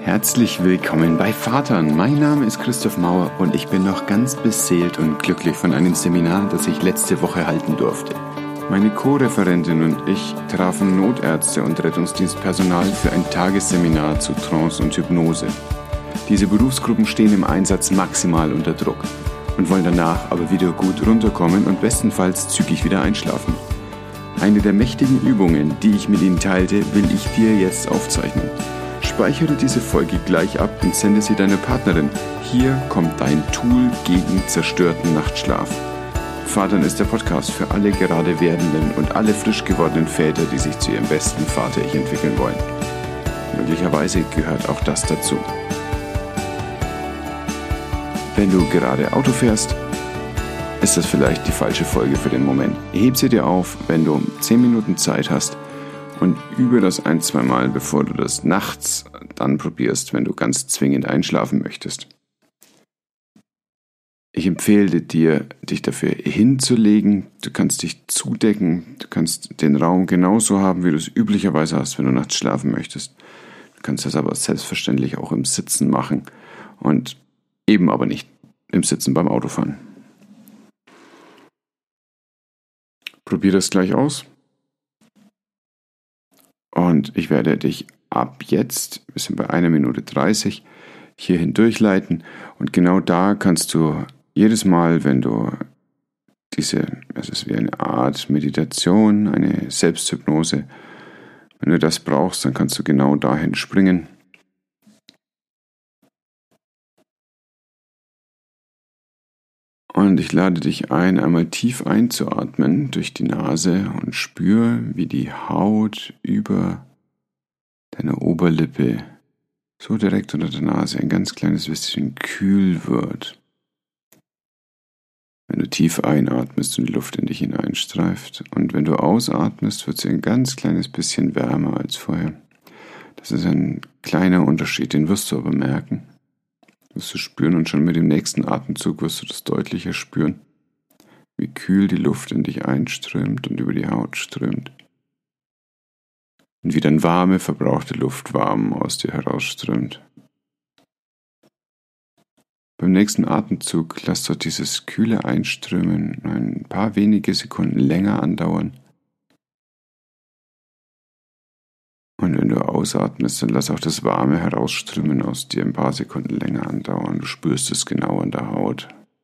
Herzlich willkommen bei Vatern. Mein Name ist Christoph Mauer und ich bin noch ganz beseelt und glücklich von einem Seminar, das ich letzte Woche halten durfte. Meine Co-Referentin und ich trafen Notärzte und Rettungsdienstpersonal für ein Tagesseminar zu Trance und Hypnose. Diese Berufsgruppen stehen im Einsatz maximal unter Druck und wollen danach aber wieder gut runterkommen und bestenfalls zügig wieder einschlafen. Eine der mächtigen Übungen, die ich mit Ihnen teilte, will ich dir jetzt aufzeichnen. Speichere diese Folge gleich ab und sende sie deiner Partnerin. Hier kommt dein Tool gegen zerstörten Nachtschlaf. Vatern ist der Podcast für alle gerade werdenden und alle frisch gewordenen Väter, die sich zu ihrem besten Vater-Ich entwickeln wollen. Möglicherweise gehört auch das dazu. Wenn du gerade Auto fährst, ist das vielleicht die falsche Folge für den Moment. Heb sie dir auf, wenn du 10 Minuten Zeit hast und übe das 1-2 Mal, bevor du das nachts dann probierst, wenn du ganz zwingend einschlafen möchtest. Ich empfehle dir, dich dafür hinzulegen. Du kannst dich zudecken, du kannst den Raum genauso haben, wie du es üblicherweise hast, wenn du nachts schlafen möchtest. Du kannst das aber selbstverständlich auch im Sitzen machen und eben aber nicht im Sitzen beim Autofahren. Probier das gleich aus. Und ich werde dich ab jetzt, wir sind bei 1 Minute 30, hierhin durchleiten. Und genau da kannst du jedes Mal, wenn du es ist wie eine Art Meditation, eine Selbsthypnose, wenn du das brauchst, dann kannst du genau dahin springen. Und ich lade dich ein, einmal tief einzuatmen durch die Nase und spür, wie die Haut über deine Oberlippe so direkt unter der Nase ein ganz kleines bisschen kühl wird. Wenn du tief einatmest und die Luft in dich hineinstreift. Und wenn du ausatmest, wird sie ein ganz kleines bisschen wärmer als vorher. Das ist ein kleiner Unterschied, den wirst du aber merken. Wirst du spüren und schon mit dem nächsten Atemzug wirst du das deutlicher spüren, wie kühl die Luft in dich einströmt und über die Haut strömt. Und wie dann warme, verbrauchte Luft warm aus dir herausströmt. Beim nächsten Atemzug lass doch dieses kühle Einströmen ein paar wenige Sekunden länger andauern. Und wenn du ausatmest, dann lass auch das warme Herausströmen aus dir ein paar Sekunden länger andauern. Du spürst es genau an der Haut.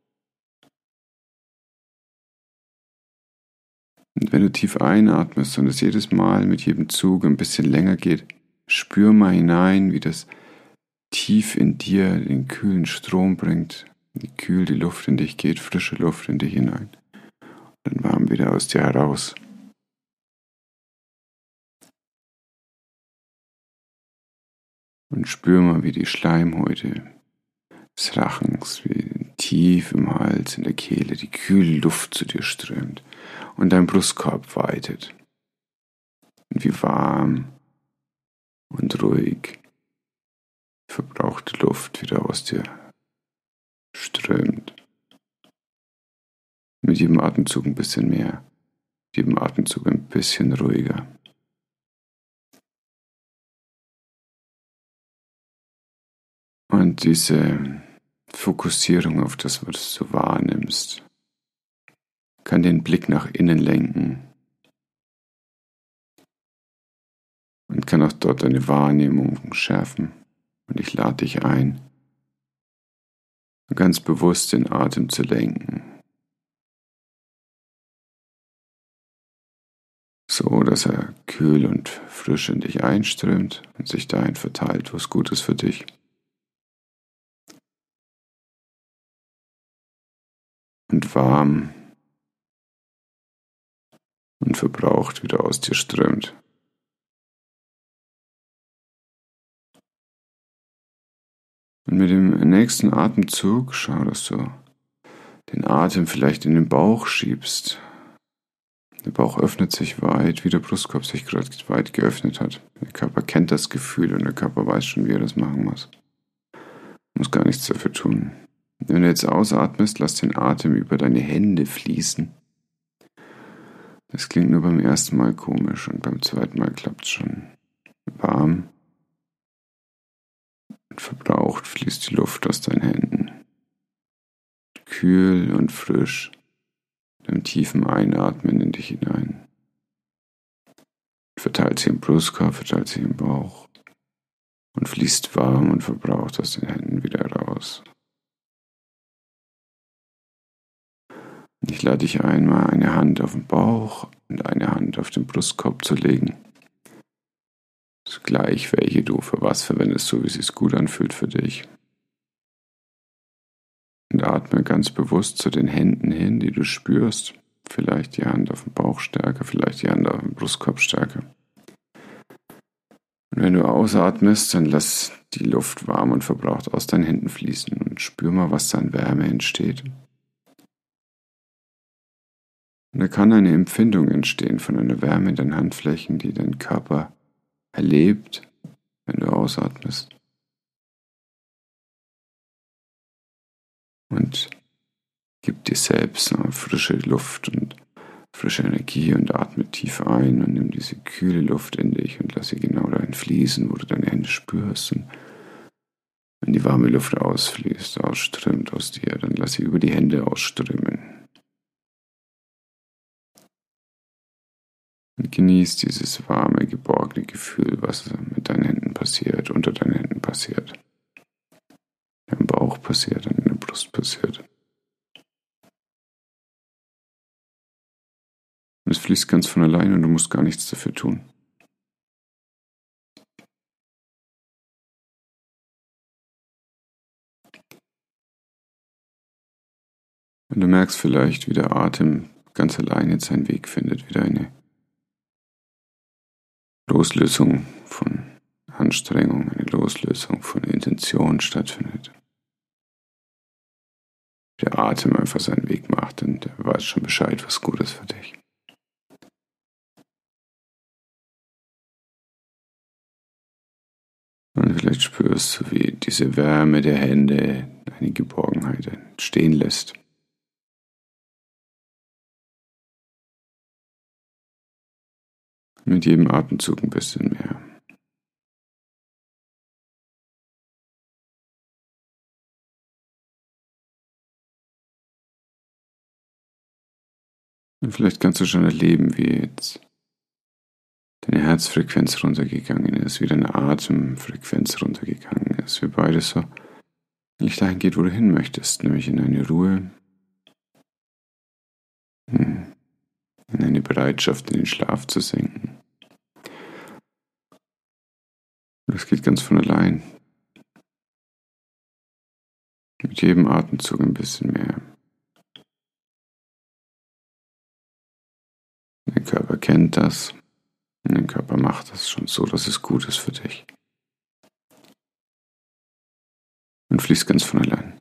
Und wenn du tief einatmest und es jedes Mal mit jedem Zug ein bisschen länger geht, spür mal hinein, wie das tief in dir den kühlen Strom bringt, wie kühl die Luft in dich geht, frische Luft in dich hinein. Dann warm wieder aus dir heraus. Und spür mal, wie die Schleimhäute des Rachens, wie tief im Hals, in der Kehle, die kühle Luft zu dir strömt und dein Brustkorb weitet. Und wie warm und ruhig verbrauchte Luft wieder aus dir strömt. Mit jedem Atemzug ein bisschen mehr, mit jedem Atemzug ein bisschen ruhiger. Und diese Fokussierung auf das, was du wahrnimmst, kann den Blick nach innen lenken und kann auch dort deine Wahrnehmung schärfen. Und ich lade dich ein, ganz bewusst den Atem zu lenken, so dass er kühl und frisch in dich einströmt und sich dahin verteilt, wo es gut ist für dich. Und warm und verbraucht wieder aus dir strömt. Und mit dem nächsten Atemzug schau, dass du den Atem vielleicht in den Bauch schiebst. Der Bauch öffnet sich weit, wie der Brustkorb sich gerade weit geöffnet hat. Der Körper kennt das Gefühl und der Körper weiß schon, wie er das machen muss. Muss gar nichts dafür tun. Wenn du jetzt ausatmest, lass den Atem über deine Hände fließen. Das klingt nur beim ersten Mal komisch und beim zweiten Mal klappt es schon. Warm fließt die Luft aus deinen Händen. Kühl und frisch, mit einem tiefen Einatmen in dich hinein. Verteilt sich im Brustkorb, verteilt sich im Bauch und fließt warm und verbraucht aus den Händen wieder raus. Ich lade dich ein, mal eine Hand auf den Bauch und eine Hand auf den Brustkorb zu legen. Es ist gleich, welche du für was verwendest, so wie es sich gut anfühlt für dich. Und atme ganz bewusst zu den Händen hin, die du spürst. Vielleicht die Hand auf dem Bauch stärker, vielleicht die Hand auf dem Brustkorb stärker. Und wenn du ausatmest, dann lass die Luft warm und verbraucht aus deinen Händen fließen und spür mal, was da an Wärme entsteht. Und da kann eine Empfindung entstehen von einer Wärme in deinen Handflächen, die dein Körper erlebt, wenn du ausatmest. Und gib dir selbst frische Luft und frische Energie und atme tief ein und nimm diese kühle Luft in dich und lass sie genau dahin fließen, wo du deine Hände spürst. Und wenn die warme Luft ausfließt, ausströmt aus dir, dann lass sie über die Hände ausströmen. Und genieß dieses warme, geborgene Gefühl, was mit deinen Händen passiert, unter deinen Händen passiert, im Bauch passiert, in der Brust passiert. Und es fließt ganz von allein und du musst gar nichts dafür tun. Und du merkst vielleicht, wie der Atem ganz allein jetzt seinen Weg findet, wieder eine Loslösung von Anstrengung, eine Loslösung von Intention stattfindet. Der Atem einfach seinen Weg macht und er weiß schon Bescheid, was gut ist für dich. Und vielleicht spürst du, wie diese Wärme der Hände eine Geborgenheit entstehen lässt. Mit jedem Atemzug ein bisschen mehr. Und vielleicht kannst du schon erleben, wie jetzt deine Herzfrequenz runtergegangen ist, wie deine Atemfrequenz runtergegangen ist, wie beides so nicht dahin geht, wo du hin möchtest, nämlich in eine Ruhe, in eine Bereitschaft, in den Schlaf zu sinken. Und das geht ganz von allein. Mit jedem Atemzug ein bisschen mehr. Dein Körper kennt das. Und dein Körper macht das schon so, dass es gut ist für dich. Und fließt ganz von allein.